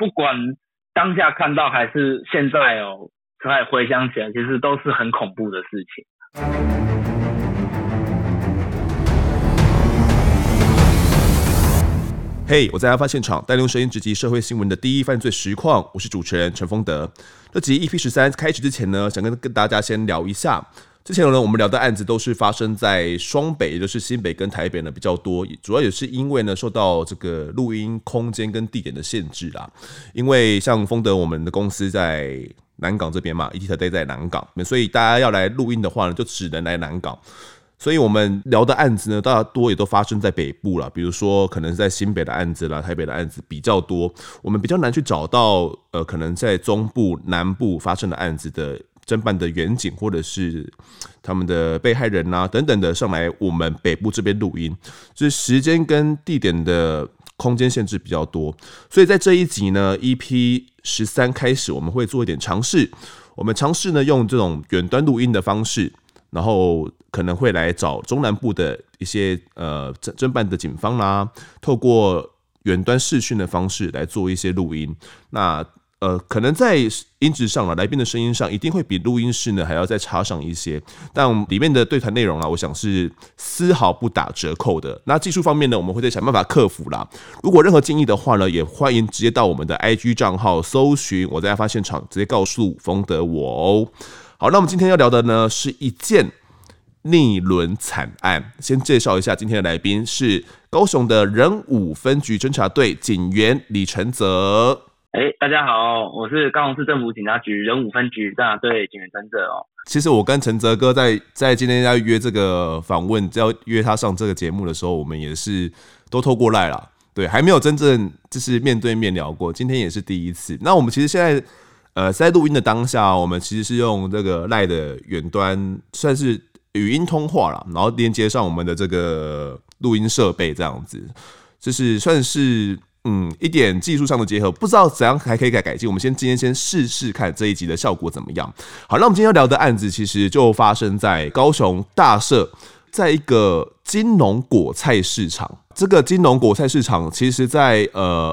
不管当下看到还是现在才回想起来，其实都是很恐怖的事情。 嘿、我在案发现场带用声音直击社会新闻的第一犯罪实况，我是主持人陈丰德。这集 EP13 开始之前呢，想跟大家先聊一下。之前呢，我们聊的案子都是发生在双北，也就是新北跟台北呢比较多，主要也是因为呢受到这个录音空间跟地点的限制啦。因为像丰德我们的公司在南港这边嘛 ，ET Today 在南港，所以大家要来录音的话呢，就只能来南港。所以我们聊的案子呢，大多也都发生在北部啦，比如说可能在新北的案子啦、台北的案子比较多，我们比较难去找到可能在中部、南部发生的案子的侦办的远景，或者是他们的被害人啊等等的上来我们北部这边录音，就是时间跟地点的空间限制比较多，所以在这一集呢 EP13 开始，我们会做一点尝试，我们尝试呢用这种远端录音的方式。然后可能会来找中南部的一些侦办的警方啦，透过远端视讯的方式来做一些录音。那可能在音质上啦，来宾的声音上一定会比录音室呢还要再插上一些，但里面的对谈内容啦，我想是丝毫不打折扣的。那技术方面呢，我们会再想办法克服啦。如果任何建议的话呢，也欢迎直接到我们的 IG 账号搜寻我在案发现场，直接告诉丰德我哦。好，那我们今天要聊的呢是一件逆伦惨案。先介绍一下今天的来宾是高雄的仁武分局侦查队警员李承泽。 大家好，我是高雄市政府警察局仁武分局侦查队警员承泽哦。 其实我跟承泽哥在今天要约这个访问，要约他上这个节目的时候，我们也是都透过赖啦，对，还没有真正就是面对面聊过，今天也是第一次。那我们其实现在在录音的当下，我们其实是用这个赖的远端，算是语音通话啦，然后连接上我们的这个录音设备，这样子，就是算是一点技术上的结合，不知道怎样还可以改进。我们今天先试试看这一集的效果怎么样。好，那我们今天要聊的案子其实就发生在高雄大社，在一个金农果菜市场。这个金农果菜市场，其实在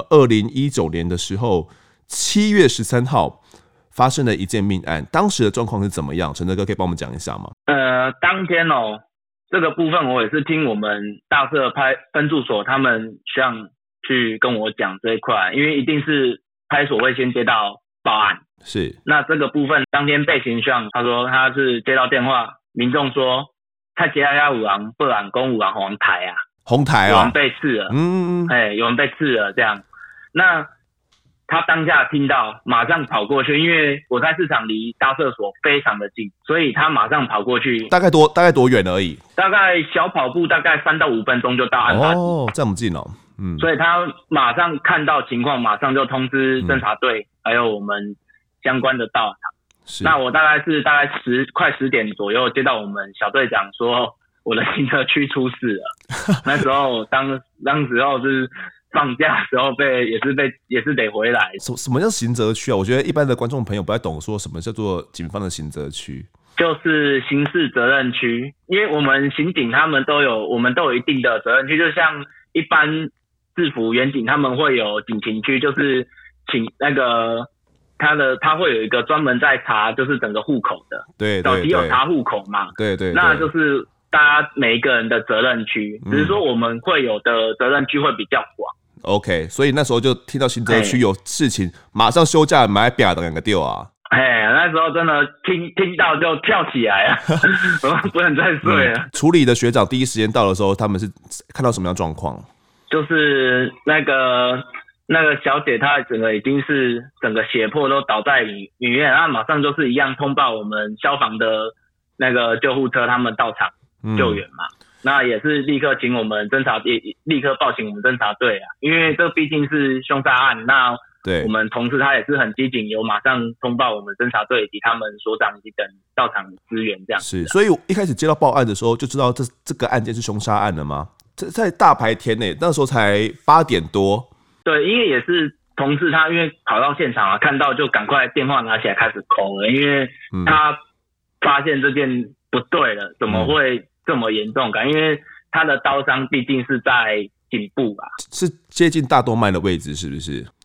2019年的时候，7月13号。发生了一件命案，当时的状况是怎么样？承泽哥可以帮我们讲一下吗？ 当天这个部分我也是听我们大社分驻所他们这样去跟我讲这一块，因为一定是派出所会先接到报案。 是。 那这个部分当天被刑上，他说他是接到电话，民众说他接到有人报案讲有人红台啊， 红台啊， 有人被刺了，有人被刺了这样。那他当下听到，马上跑过去，因为果菜市场离大社所非常的近，所以他马上跑过去。大概多远而已？ 大概小跑步，大概3到5分钟就到案发地。 这么近哦。 所以他马上看到情况，马上就通知侦查队，还有我们相关的到场。那我大概快10点左右接到我们小队长说，我的行车区出事了。那时候当时候是。放假的时候也是得回来。 什么叫刑责区啊？我觉得一般的观众朋友不太懂说什么叫做警方的刑责区， 就是刑事责任区。因为我们刑警我们都有一定的责任区，就像一般制服员警他们会有警情区，就是请那个他会有一个专门在查就是整个户口的， 对， 早期有查户口嘛， 对， 那就是大家每一个人的责任区，只是说我们会有的责任区会比较广。 OK， 所以那时候就听到刑责区有事情，马上休假买表的两个丢啊！ 那时候真的听到就跳起来啊，不能再睡了。 处理的学长第一时间到的时候，他们是看到什么样的状况？ 就是那个小姐，她整个已经是整个血泊都倒在里面，然后马上就是一样通报我们消防的那个救护车，他们到场救援嘛。那也是立刻请我们立刻报请我们侦查队啊，因为这毕竟是凶杀案，那我们同事他也是很机警，有马上通报我们侦查队以及他们所长以及等到场支援这样。 是，所以一开始接到报案的时候就知道这个案件是凶杀案了吗？在大白天呢，那时候才8点多。 对，因为也是同事他因为跑到现场啊，看到就赶快电话拿起来开始 call 了，因为他发现这件不对了，怎么会这么严重感？因为他的刀伤毕竟是在颈部吧， 是接近大动脉的位置，是不是？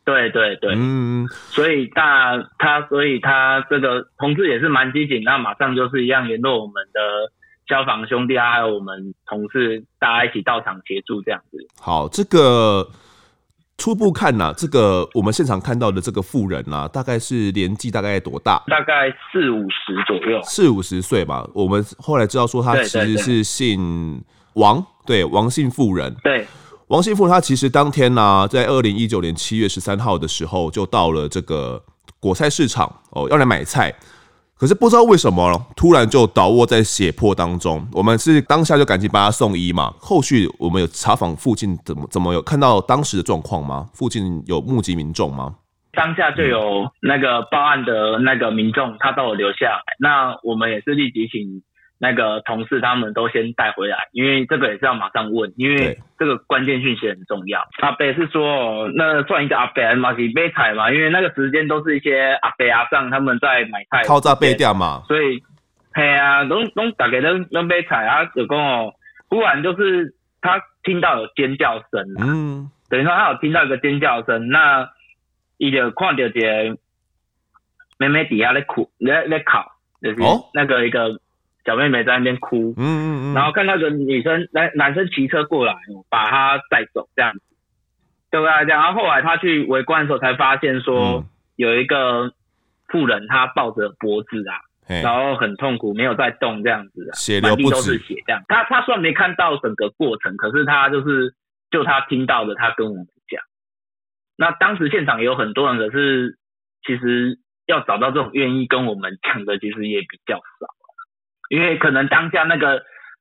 对对对，所以他这个同事也是蛮积极，那马上就是一样联络我们的消防兄弟啊，还有我们同事，大家一起到场协助这样子。 好，这个初步看啊，这个我们现场看到的这个妇人啊，大概是年纪大概多大？ 大概40-50左右 ，40-50岁吧。我们后来知道说他其实是姓王，对，王姓妇人。 对。 王姓妇人她其实当天呢，在2019年7月13号的时候，就到了这个果菜市场要来买菜，可是不知道为什么突然就倒卧在血泊当中。我们是当下就赶紧帮他送医嘛。后续我们有查访附近怎么有看到当时的状况吗？附近有目击民众吗？ 当下就有那个报案的那个民众，他都有留下来。那我们也是立即请那个同事他们都先带回来，因为这个也是要马上问，因为这个关键讯息很重要。阿伯是说，那算一个阿伯嘛是买菜嘛，因为那个时间都是一些阿伯阿丈他们在买菜， 靠在背店嘛， 所以嘿啊，都大家都买菜啊，就讲忽然就是他听到有尖叫声等于说他有听到一个尖叫声，那他就看到一个妹妹底下在哭，在哭，就是那个一个小妹妹在那边哭，然后看到个男生骑车过来，把她载走这样子，对不对？然后后来他去围观的时候才发现说，有一个妇人她抱着脖子啊，然后很痛苦，没有在动这样子啊， 血流不止， 满地都是血这样。他虽然没看到整个过程，可是他就他听到的，他跟我们讲。那当时现场也有很多人，可是其实要找到这种愿意跟我们讲的，其实也比较少。因为可能当下那个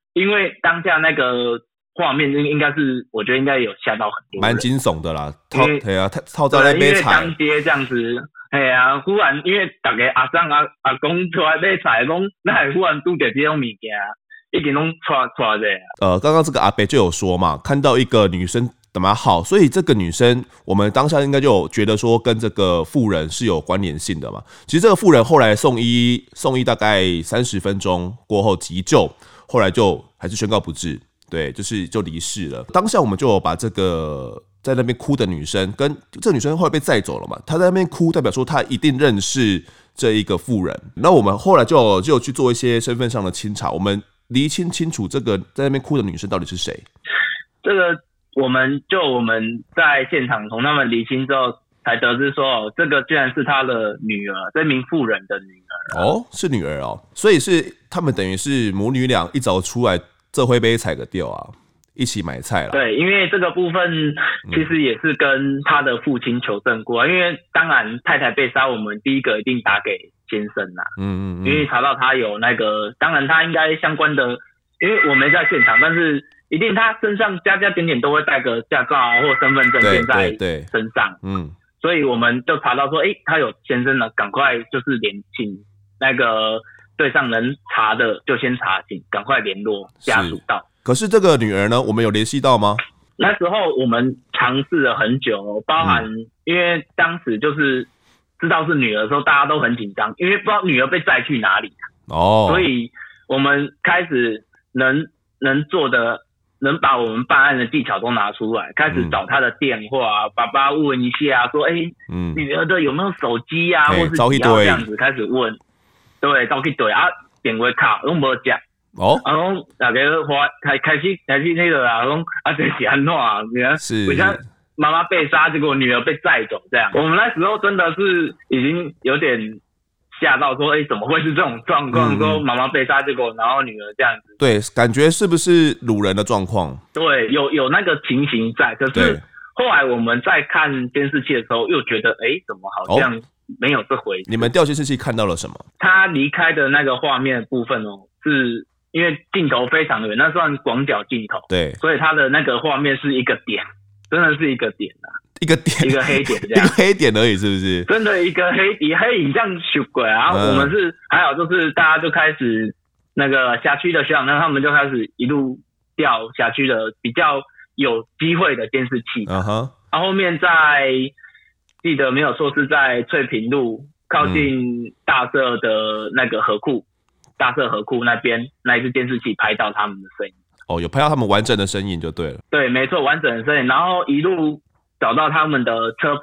画面应该是，我觉得应该有吓到很多人， 蛮惊悚的啦。对啊，套在那边菜， 因为当街这样子，哎啊，忽然因为大家阿婶阿公出来买菜，讲那忽然拄着这种物件，一定拢抓着。 刚刚这个阿伯就有说嘛，看到一个女生怎么好，所以这个女生我们当下应该就有觉得说跟这个妇人是有关联性的嘛。其实这个妇人后来送医大概30分钟过后急救，后来就还是宣告不治，对，就离世了。当下我们就有把这个在那边哭的女生跟这个女生后来被载走了嘛，她在那边哭，代表说她一定认识这一个妇人。那我们后来就有去做一些身份上的清查，我们厘清清楚这个在那边哭的女生到底是谁。 这个我们在现场从他们厘清之后，才得知说，这个居然是他的女儿，这名妇人的女儿。 哦，是女儿哦，所以是他们等于是母女俩一早出来，这会被踩个掉啊，一起买菜啦。对， 因为这个部分其实也是跟他的父亲求证过，因为当然太太被杀，我们第一个一定打给先生啦。因为查到他有那个，当然他应该相关的，因为我没在现场，但是一定他身上加点点都会带个驾照啊或身份证件在身上。所以我们就查到说，他有先生了，赶快就是请那个队上能查的就先查，请赶快联络家属到。 可是这个女儿呢，我们有联系到吗？ 那时候我们尝试了很久，包含因为当时就是知道是女儿的时候，大家都很紧张，因为不知道女儿被载去哪里。所以我们开始能做的，能把我们办案的技巧都拿出来，开始找她的电话，爸爸问一下，说，女儿的有没有手机啊，或是几号这样子开始问。对，走去对啊，电话卡拢无接。然后大家开始那个啊，讲这是安怎啊？是为啥妈妈被杀，结果女儿被载走这样？我们那时候真的是已经有点吓到，说怎么会是这种状况？说妈妈被杀，结果然后女儿这样子。对， 感觉是不是掳人的状况？ 对，有那个情形在，可是后来我们在看监视器的时候，又觉得怎么好像没有这回事。 你们调监视器看到了什么？ 他离开的那个画面的部分是因为镜头非常远，那算广角镜头，对，所以他的那个画面是一个点，真的是一个点啊，一个黑点这样，一个黑点而已，是不是？ 真的一个黑影像修鬼啊！我们是还好，就是大家就开始那个辖区的学长，那他们就开始一路调辖区的比较有机会的监视器，然后后面记得没有错是在翠屏路靠近大社的那个河库。大社河库那边那一支监视器拍到他们的身影。 有拍到他们完整的身影就对了。 对，没错，完整的身影，然后一路找到他们的车牌，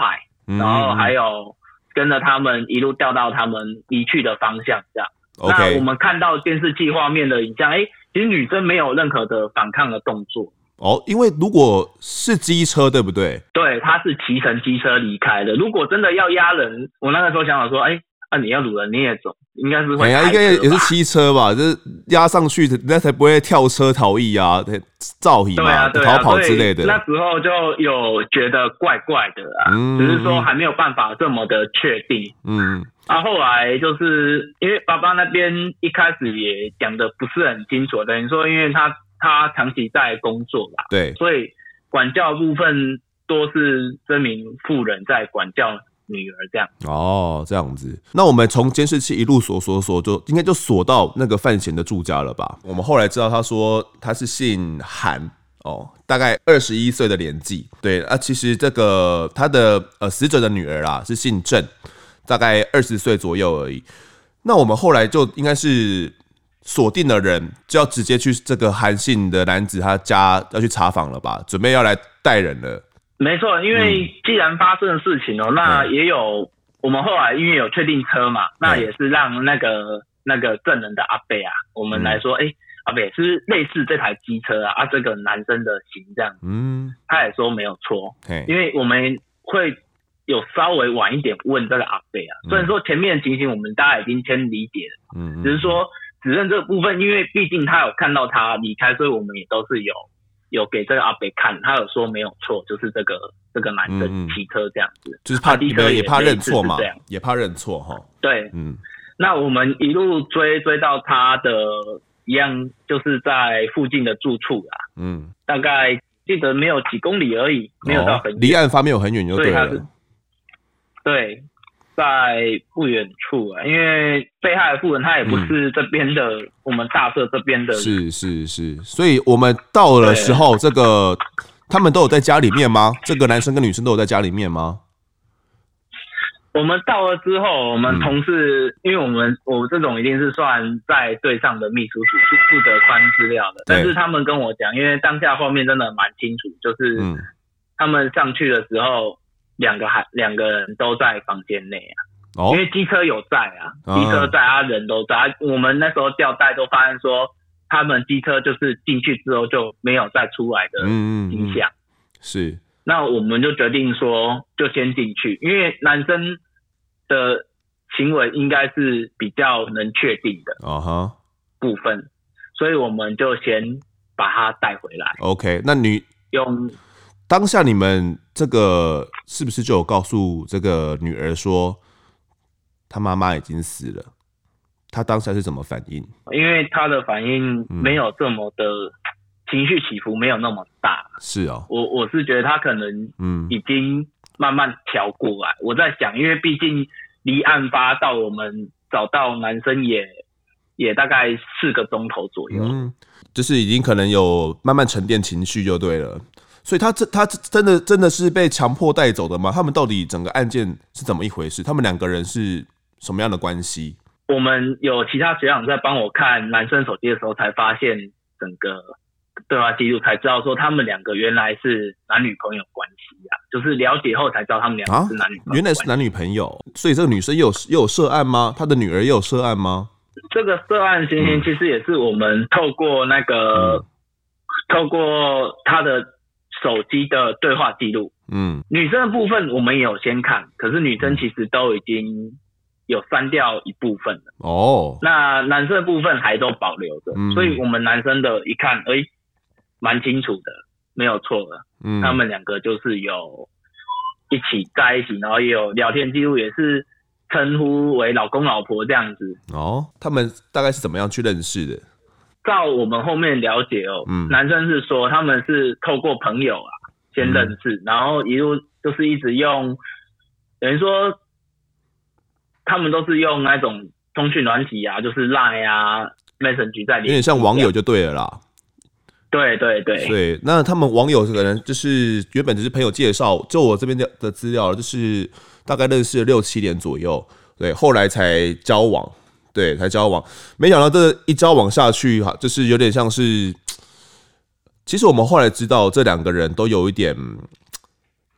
然后还有跟着他们一路调到他们离去的方向这样。 Okay. 那我们看到监视器画面的影像，其实女生没有任何的反抗的动作。 因为如果是机车，对不对？ 对，她是骑乘机车离开的。如果真的要压人，我那个时候想说，你要掳人你也走，应该是会开车吧。 应该也是汽车吧，就是压上去，那才不会跳车逃逸啊，造诣嘛，逃跑之类的。 那时候就有觉得怪怪的啊，只是说还没有办法这么的确定。后来就是因为爸爸那边一开始也讲的不是很清楚，等于说因为他长期在工作啦， 对， 所以管教部分多是这名妇人在管教女儿这样。 这样子。那我们从监视器一路锁，就应该就锁到那个范闲的住家了吧？我们后来知道，他说他是姓韩大概21岁的年纪。对其实这个他的死者的女儿啦是姓郑，大概20岁左右而已。那我们后来就应该是锁定的人，就要直接去这个韩姓的男子他家要去查访了吧？准备要来带人了。 没错，因为既然发生的事情那也有我们后来因为有确定车嘛，那也是让那个证人的阿伯啊，我们来说，阿伯是类似这台机车啊，这个男生的型这样，他也说没有错，因为我们会有稍微晚一点问这个阿伯啊，虽然说前面的情形我们大家已经先理解了，只是说指认这个部分，因为毕竟他有看到他离开，所以我们也都是有给这个阿伯看，他有说没有错，就是这个男生骑车这样子， 就是怕也怕认错嘛，也怕认错哈。 对，那我们一路追到他的一样，就是在附近的住处啦，大概记得没有几公里而已，没有到很远， 离案发没有很远就对了。 对，在不远处啊，因为被害的妇人她也不是这边的，我们大社这边的人。 是，所以我们到的时候，这个他们都有在家里面吗？这个男生跟女生都有在家里面吗？ 我们到了之后，我们同事，因为我这种一定是算在队上的秘书组负责翻资料的，但是他们跟我讲，因为当下画面真的蛮清楚，就是他们上去的时候，两个人都在房间内啊，因为机车有在啊，机车在啊，人都在。我们那时候调带都发现说，他们机车就是进去之后就没有再出来的迹象。 是。 那我们就决定说，就先进去，因为男生的行为应该是比较能确定的部分，所以我们就先把他带回来。 OK， 那用当下你们这个是不是就有告诉这个女儿说，她妈妈已经死了？她当下是怎么反应？ 因为她的反应没有这么的。情绪起伏没有那么大， 是哦， 我是觉得他可能已经慢慢调过来。我在想，因为毕竟离案发到我们找到男生也大概4个钟头左右， 就是已经可能有慢慢沉淀情绪就对了。所以他真的是被强迫带走的吗？他们到底整个案件是怎么一回事？他们2个人是什么样的关系？ 我们有其他学长在帮我看男生手机的时候，才发现整个对话记录，才知道说他们2个原来是男女朋友关系啊，就是了解后才知道他们2个是男女朋友。 原来是男女朋友，所以这个女生又有涉案吗？她的女儿也有涉案吗？ 这个涉案情形其实也是我们透过透过她的手机的对话记录，女生的部分我们也有先看，可是女生其实都已经有删掉一部分了那男生的部分还都保留着，所以我们男生的一看，蛮清楚的，没有错的。他们2个就是有一起在一起，然后也有聊天记录，也是称呼为老公老婆这样子。 他们大概是怎么样去认识的？ 照我们后面了解男生是说他们是透过朋友先认识，然后一路就是一直用，等于说他们都是用那种通讯软体啊，就是 LINE 啊 Messenger 在里面， 有点像网友就对了啦。 对， 那他们网友可能就是原本只是朋友介绍，就我这边的资料，就是大概认识了6-7年左右，对，后来才交往，没想到这一交往下去，就是有点像是，其实我们后来知道这2个人都有一点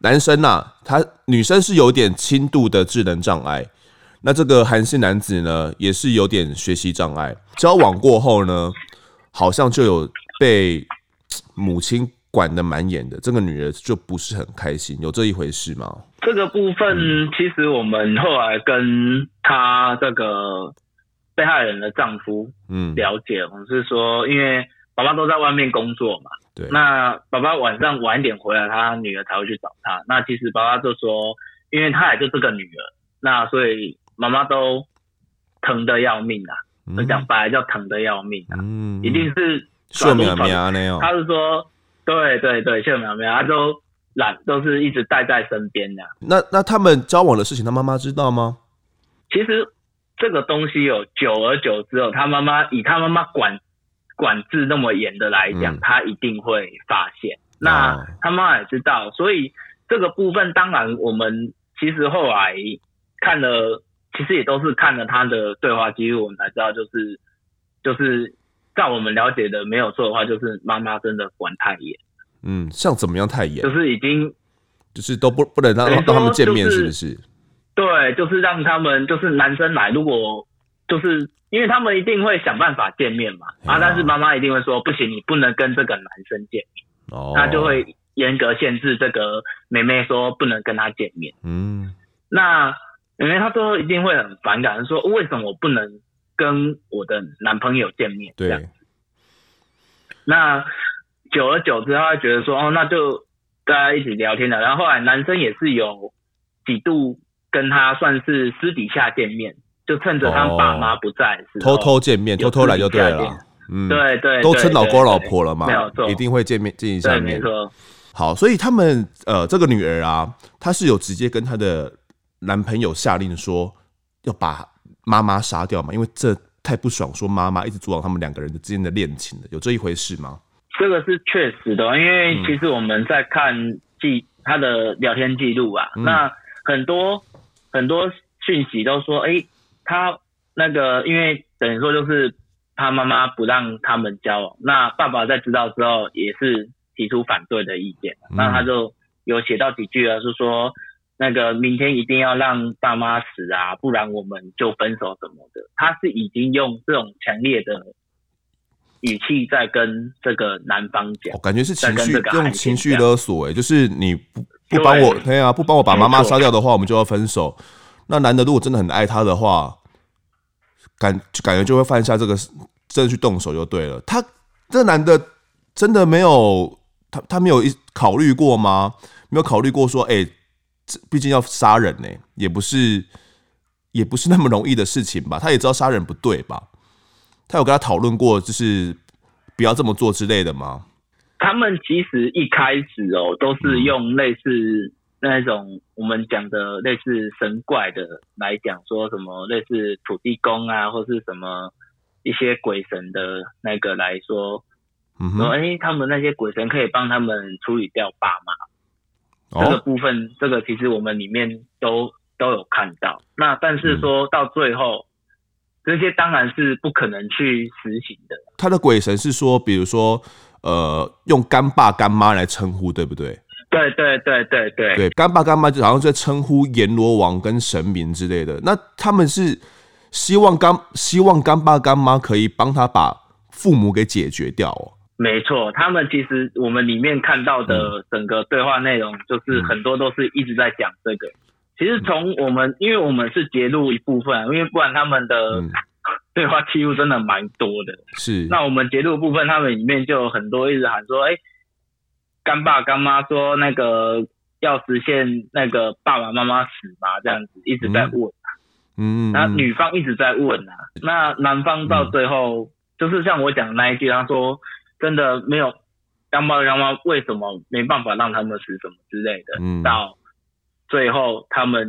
男生女生是有点轻度的智能障碍，那这个韩姓男子呢也是有点学习障碍。交往过后呢，好像就有被母亲管得蛮严的，这个女儿就不是很开心，有这一回事吗？ 这个部分其实我们后来跟她这个被害人的丈夫了解，我们是说，因为爸爸都在外面工作嘛，对，那爸爸晚上晚一点回来，他女儿才会去找他。那其实爸爸就说，因为他也就这个女儿，那所以妈妈都疼得要命啊，讲白了叫疼得要命啊，一定是秀苗苗那样。 他是说，对对对，秀苗苗，他都是一直带在身边的。 那他们交往的事情，他妈妈知道吗？ 其实这个东西有久而久之后，他妈妈管制那么严的来讲，他一定会发现。那他妈妈也知道，所以这个部分当然我们其实后来看了，其实也都是看了他的对话记录，我们才知道就是在我们了解的没有错的话，就是妈妈真的管太严。 像怎么样太严？ 就是已经就是都不能让他们见面，是不是？ 对，就是让他们就是男生来，如果就是因为他们一定会想办法见面嘛，但是妈妈一定会说不行，你不能跟这个男生见面，他就会严格限制这个妹妹说不能跟他见面。那妹妹她最后一定会很反感，说为什么我不能跟我的男朋友见面？这样子。那久而久之，他会觉得说那就大家一起聊天的。然后后来男生也是有几度跟他算是私底下见面，就趁着他爸妈不在的时候， 偷偷见面，偷偷来就对了。 对对， 都称老公老婆了嘛， 没有错， 一定会见一下面。 没错。 好，所以他们这个女儿啊，她是有直接跟她的男朋友下令说要把妈妈杀掉嘛，因为这太不爽，说妈妈一直阻挡他们两个人之间的恋情的，有这一回事吗？ 这个是确实的，因为其实我们在看他的聊天记录啊，那很多讯息都说，他那个因为等于说就是他妈妈不让他们交往，那爸爸在知道之后也是提出反对的意见，那他就有写到几句啊，是说那个明天一定要让爸妈死啊，不然我们就分手什么的，他是已经用这种强烈的语气在跟这个男方讲， 感觉是用情绪勒索，就是你不帮我，不帮我把妈妈杀掉的话，我们就要分手。那男的如果真的很爱她的话，感觉就会犯下这个，真的去动手就对了。这男的真的没有，他没有考虑过吗？没有考虑过说，毕竟要杀人呢，也不是那么容易的事情吧？他也知道杀人不对吧？他有跟他讨论过，就是不要这么做之类的吗？ 他们其实一开始都是用类似那种我们讲的类似神怪的来讲，说什么类似土地公啊，或是什么一些鬼神的那个来说，他们那些鬼神可以帮他们处理掉爸妈。这个部分，这个其实我们里面都有看到。那但是说到最后。这些当然是不可能去实行的。 他的鬼神是说，比如说，用干爸干妈来称呼，对不对？ 对对对对对。 对，干爸干妈就好像在称呼阎罗王跟神明之类的。那他们是希望干爸干妈可以帮他把父母给解决掉哦。 没错，他们其实我们里面看到的整个对话内容，就是很多都是一直在讲这个。其实从因为我们是截录一部分，因为不然他们的对话记录真的蛮多的。 是。那我们截录部分，他们里面就有很多一直喊说，干爸干妈说那个要实现那个爸爸妈妈死嘛，这样子一直在问。那女方一直在问啊，那男方到最后就是像我讲的那一句，他说真的没有干爸干妈为什么没办法让他们死什么之类的，到最后他们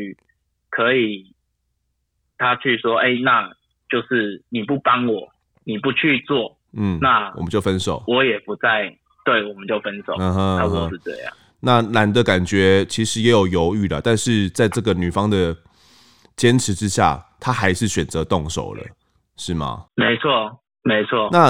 他去说，那就是你不帮我，你不去做，那我们就分手， 我也不在，对，我们就分手，差不多是这样。 那男的感觉其实也有犹豫了，但是在这个女方的坚持之下，他还是选择动手了，是吗？ 没错，没错。 那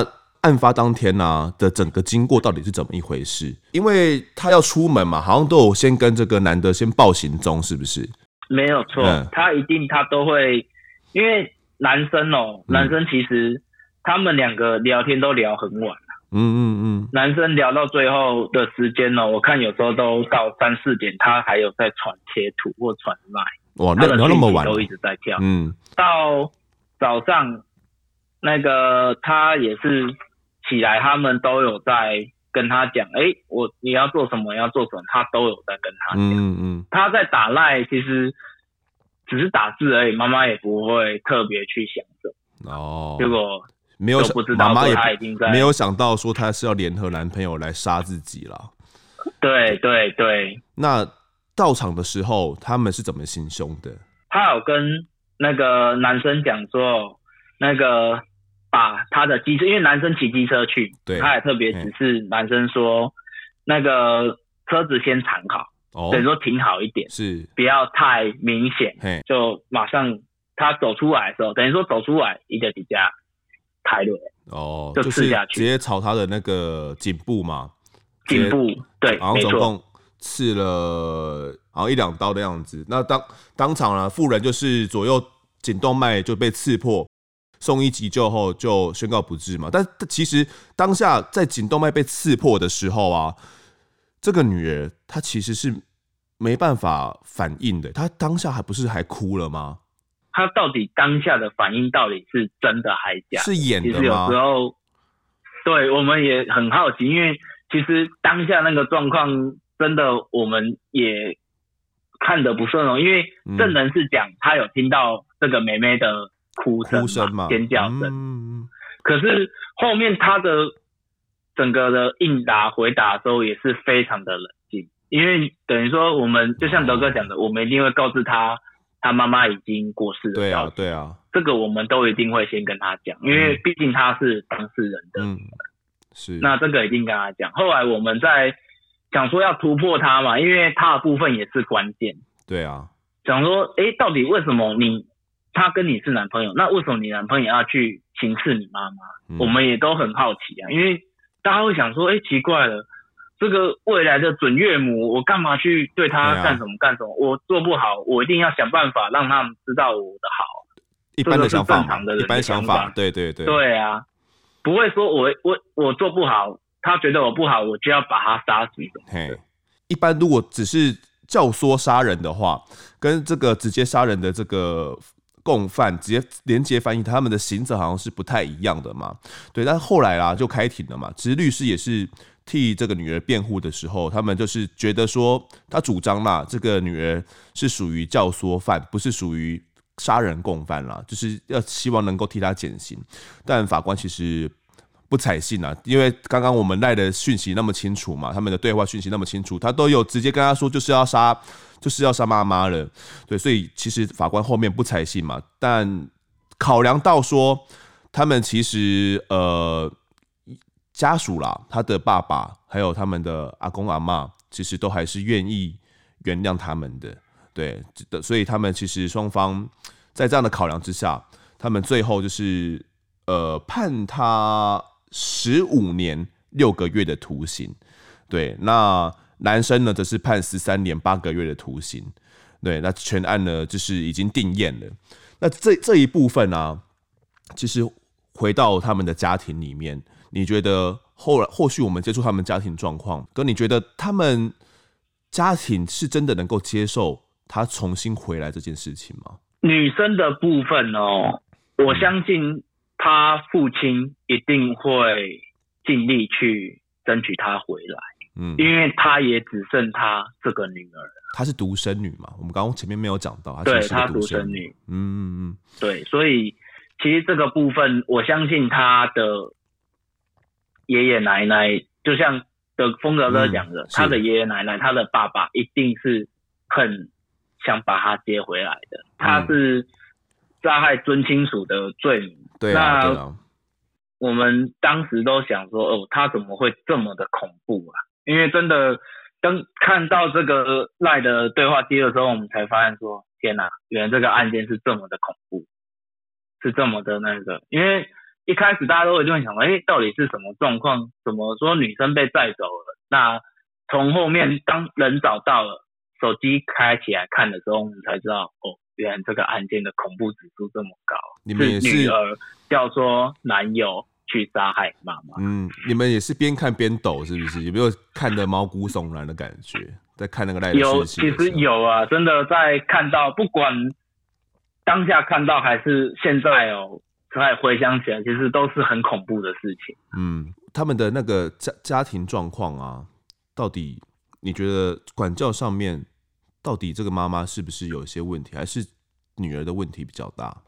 案发当天的整个经过到底是怎么一回事？因为他要出门嘛，好像都有先跟这个男的先报行踪，是不是？ 没有错，他都会，因为男生其实他们两个聊天都聊很晚。男生聊到最后的时间我看有时候都到3、4点，他还有在传贴图或传 LINE， 哇，聊那么晚都一直在跳。到早上那个他也是起来，他们都有在跟他讲，你要做什么，他都有在跟他讲。他在打LINE其实只是打字而已，妈妈也不会特别去想什么。结果没有不知道， 妈妈也他已经在没有想到说他是要联合男朋友来杀自己啦。 对。 那到场的时候，他们是怎么行凶的？ 他有跟那个男生讲说，那个把他的机车，因为男生骑机车去，他也特别指示男生说，那个车子先藏好，等于说停好一点， 是不要太明显，就马上他走出来的时候，等于说走出来一个比较抬了，就刺下去， 直接朝他的那个颈部嘛， 颈部对， 然后总共刺了好像1、2刀的样子。那当场呢，妇人就是左右颈动脉就被刺破，送医急救后就宣告不治嘛。但其实当下在颈动脉被刺破的时候这个女儿她其实是没办法反应的，她当下不是还哭了吗？ 他到底当下的反应到底是真的还假的？ 是演的吗？ 其实有时候，对，我们也很好奇，因为其实当下那个状况真的我们也看得不顺因为证人是讲他有听到这个妹妹的哭声嘛，尖叫声。可是后面他的整个的应答回答的时候也是非常的冷静，因为等于说我们就像德哥讲的，我们一定会告知他妈妈已经过世了。 对啊， 这个我们都一定会先跟他讲，因为毕竟他是当事人的是， 那这个一定跟他讲。后来我们在想说要突破他嘛，因为他的部分也是关键。 对啊， 想说到底为什么他跟你是男朋友，那为什么你男朋友要去行刺你妈妈？我们也都很好奇因为大家会想说奇怪了，这个未来的准岳母，我干嘛去对他干什么？我做不好，我一定要想办法让他们知道我的好。 一般的想法， 正常的人一般想法，对。 对啊，不会说我做不好，他觉得我不好，我就要把他杀死。 一般如果只是教唆杀人的话，跟这个直接杀人的这个共犯直接连结翻译，他们的刑责好像是不太一样的嘛。对，但后来就开庭了嘛。其实律师也是替这个女儿辩护的时候，他们就是觉得说，他主张这个女儿是属于教唆犯，不是属于杀人共犯啦，就是要希望能够替他减刑。但法官其实不采信因为刚刚我们赖的讯息那么清楚嘛，他们的对话讯息那么清楚，他都有直接跟他说就是要杀妈妈了。对，所以其实法官后面不采信嘛，但考量到说他们其实家属啦，他的爸爸还有他们的阿公阿嬷，其实都还是愿意原谅他们的。对，所以他们其实双方在这样的考量之下，他们最后就是判他15年6个月的徒刑。对，那男生呢则是判13年8个月的徒刑。对，那全案呢就是已经定验了。那这一部分其实回到他们的家庭里面，你觉得后续我们接触他们家庭状况，跟你觉得他们家庭是真的能够接受他重新回来这件事情吗？ 女生的部分我相信他父亲一定会尽力去争取他回来。因为他也只剩他这个女儿了。 她是独生女嘛？我们刚刚前面没有讲到， 对，她独生女。对，所以其实这个部分，我相信他的爷爷奶奶，就像峰哥哥讲的，他的爷爷奶奶，他的爸爸一定是很想把他接回来的。他是杀害尊亲属的罪名。 对啊，对啊。 我们当时都想说，他怎么会这么的恐怖啊？因为真的，当看到这个赖的对话记录的时候，我们才发现说，天哪，原来这个案件是这么的恐怖，是这么的那个。因为一开始大家都会想说，到底是什么状况？怎么说女生被载走了？那从后面当人找到了，手机开起来看的时候，我们才知道原来这个案件的恐怖指数这么高。 你们也是女儿叫说男友去杀害妈妈。 你们也是边看边抖，是不是？有没有看得毛骨悚然的感觉？在看那个赖的事情， 其实有啊，真的在看到，不管当下看到还是现在再回想起来，其实都是很恐怖的事情。 他们的那个家庭状况啊，到底你觉得管教上面，到底这个妈妈是不是有一些问题，还是女儿的问题比较大？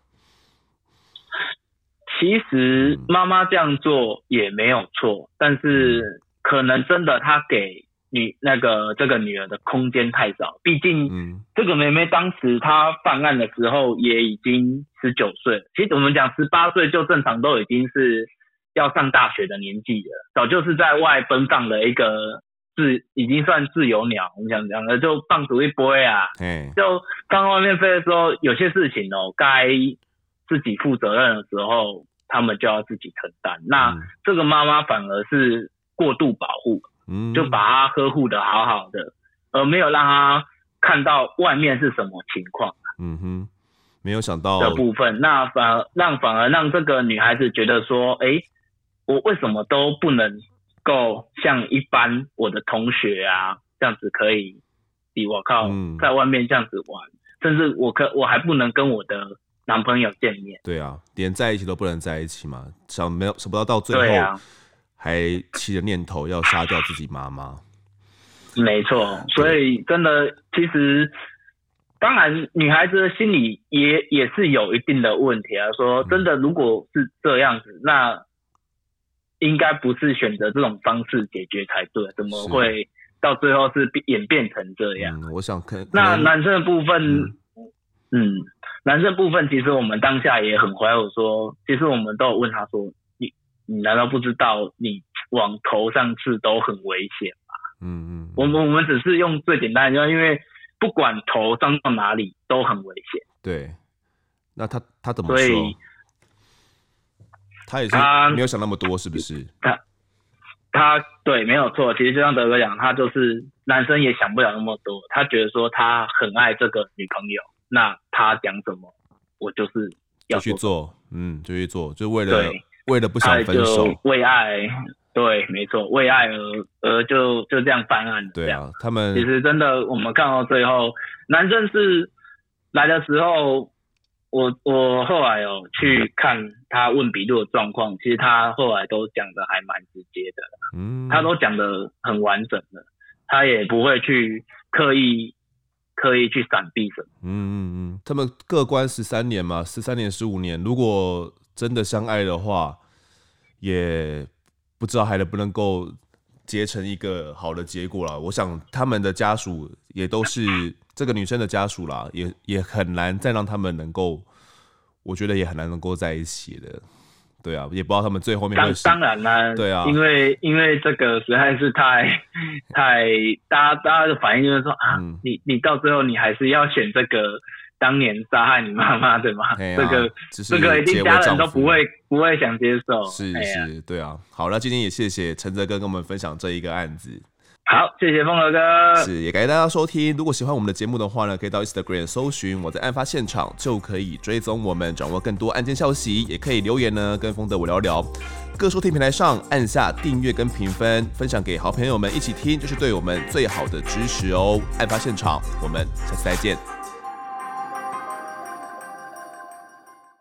其实妈妈这样做也没有错，但是可能真的她给这个女儿的空间太少，毕竟这个妹妹当时她犯案的时候也已经19岁了，其实我们讲18岁就正常都已经是要上大学的年纪了，早就是在外奔放的一个已经算自由鸟，我们想讲的就放逐一波啊，就刚外面飞的时候，有些事情该自己负责任的时候，他们就要自己承担。那这个妈妈反而是过度保护，就把她呵护的好好的，而没有让她看到外面是什么情况。 没有想到的部分，那反而让这个女孩子觉得说，我为什么都不能够像一般我的同学啊这样子可以，我靠，在外面这样子玩，甚至我还不能跟我的男朋友见面。 对啊，连在一起都不能在一起嘛，想不到最后还起了念头要杀掉自己妈妈。 没错，所以真的，其实当然女孩子的心理也是有一定的问题啊。说真的，如果是这样子，那应该不是选择这种方式解决才对，怎么会到最后是演变成这样？ 我想那男生的部分，男生部分其实我们当下也很怀疑，说其实我们都有问他说，你难道不知道你往头上刺都很危险吗？我们只是用最简单的，因为不管头伤到哪里都很危险。 对，那他怎么说？他也是没有想那么多，是不是？ 他对，没有错。其实就像德哥讲，他就是男生也想不了那么多，他觉得说他很爱这个女朋友，那他讲什么，我就是要去做，就去做，就为了不想分手， 为爱。对，没错，为爱而就这样犯案。 对啊，他们其实真的，我们看到最后，男生是来的时候，我后来有去看他问笔录的状况，其实他后来都讲的还蛮直接的，他都讲的很完整的，他也不会去刻意去闪避什么。 他们各关13年嘛，13年15年，如果真的相爱的话，也不知道还能不能够结成一个好的结果啦。我想他们的家属也都是这个女生的家属啦，也很难再让他们能够，我觉得也很难能够在一起的。对啊，也不知道他们最后面会当然啦， 对啊， 因为这个实在是太大家的反应就是说你到最后你还是要选这个当年杀害你妈妈的嘛？这个一定家人都不会想接受。 是，对啊。好，那今天也谢谢陈泽哥跟我们分享这一个案子。 好，谢谢峰哥哥。 是，也感谢大家收听。如果喜欢我们的节目的话呢，可以到 Instagram 搜寻我在案发现场，就可以追踪我们，掌握更多案件消息。也可以留言呢，跟峰德我聊聊。各收听平台上按下订阅跟评分，分享给好朋友们一起听，就是对我们最好的支持哦。案发现场，我们下次再见。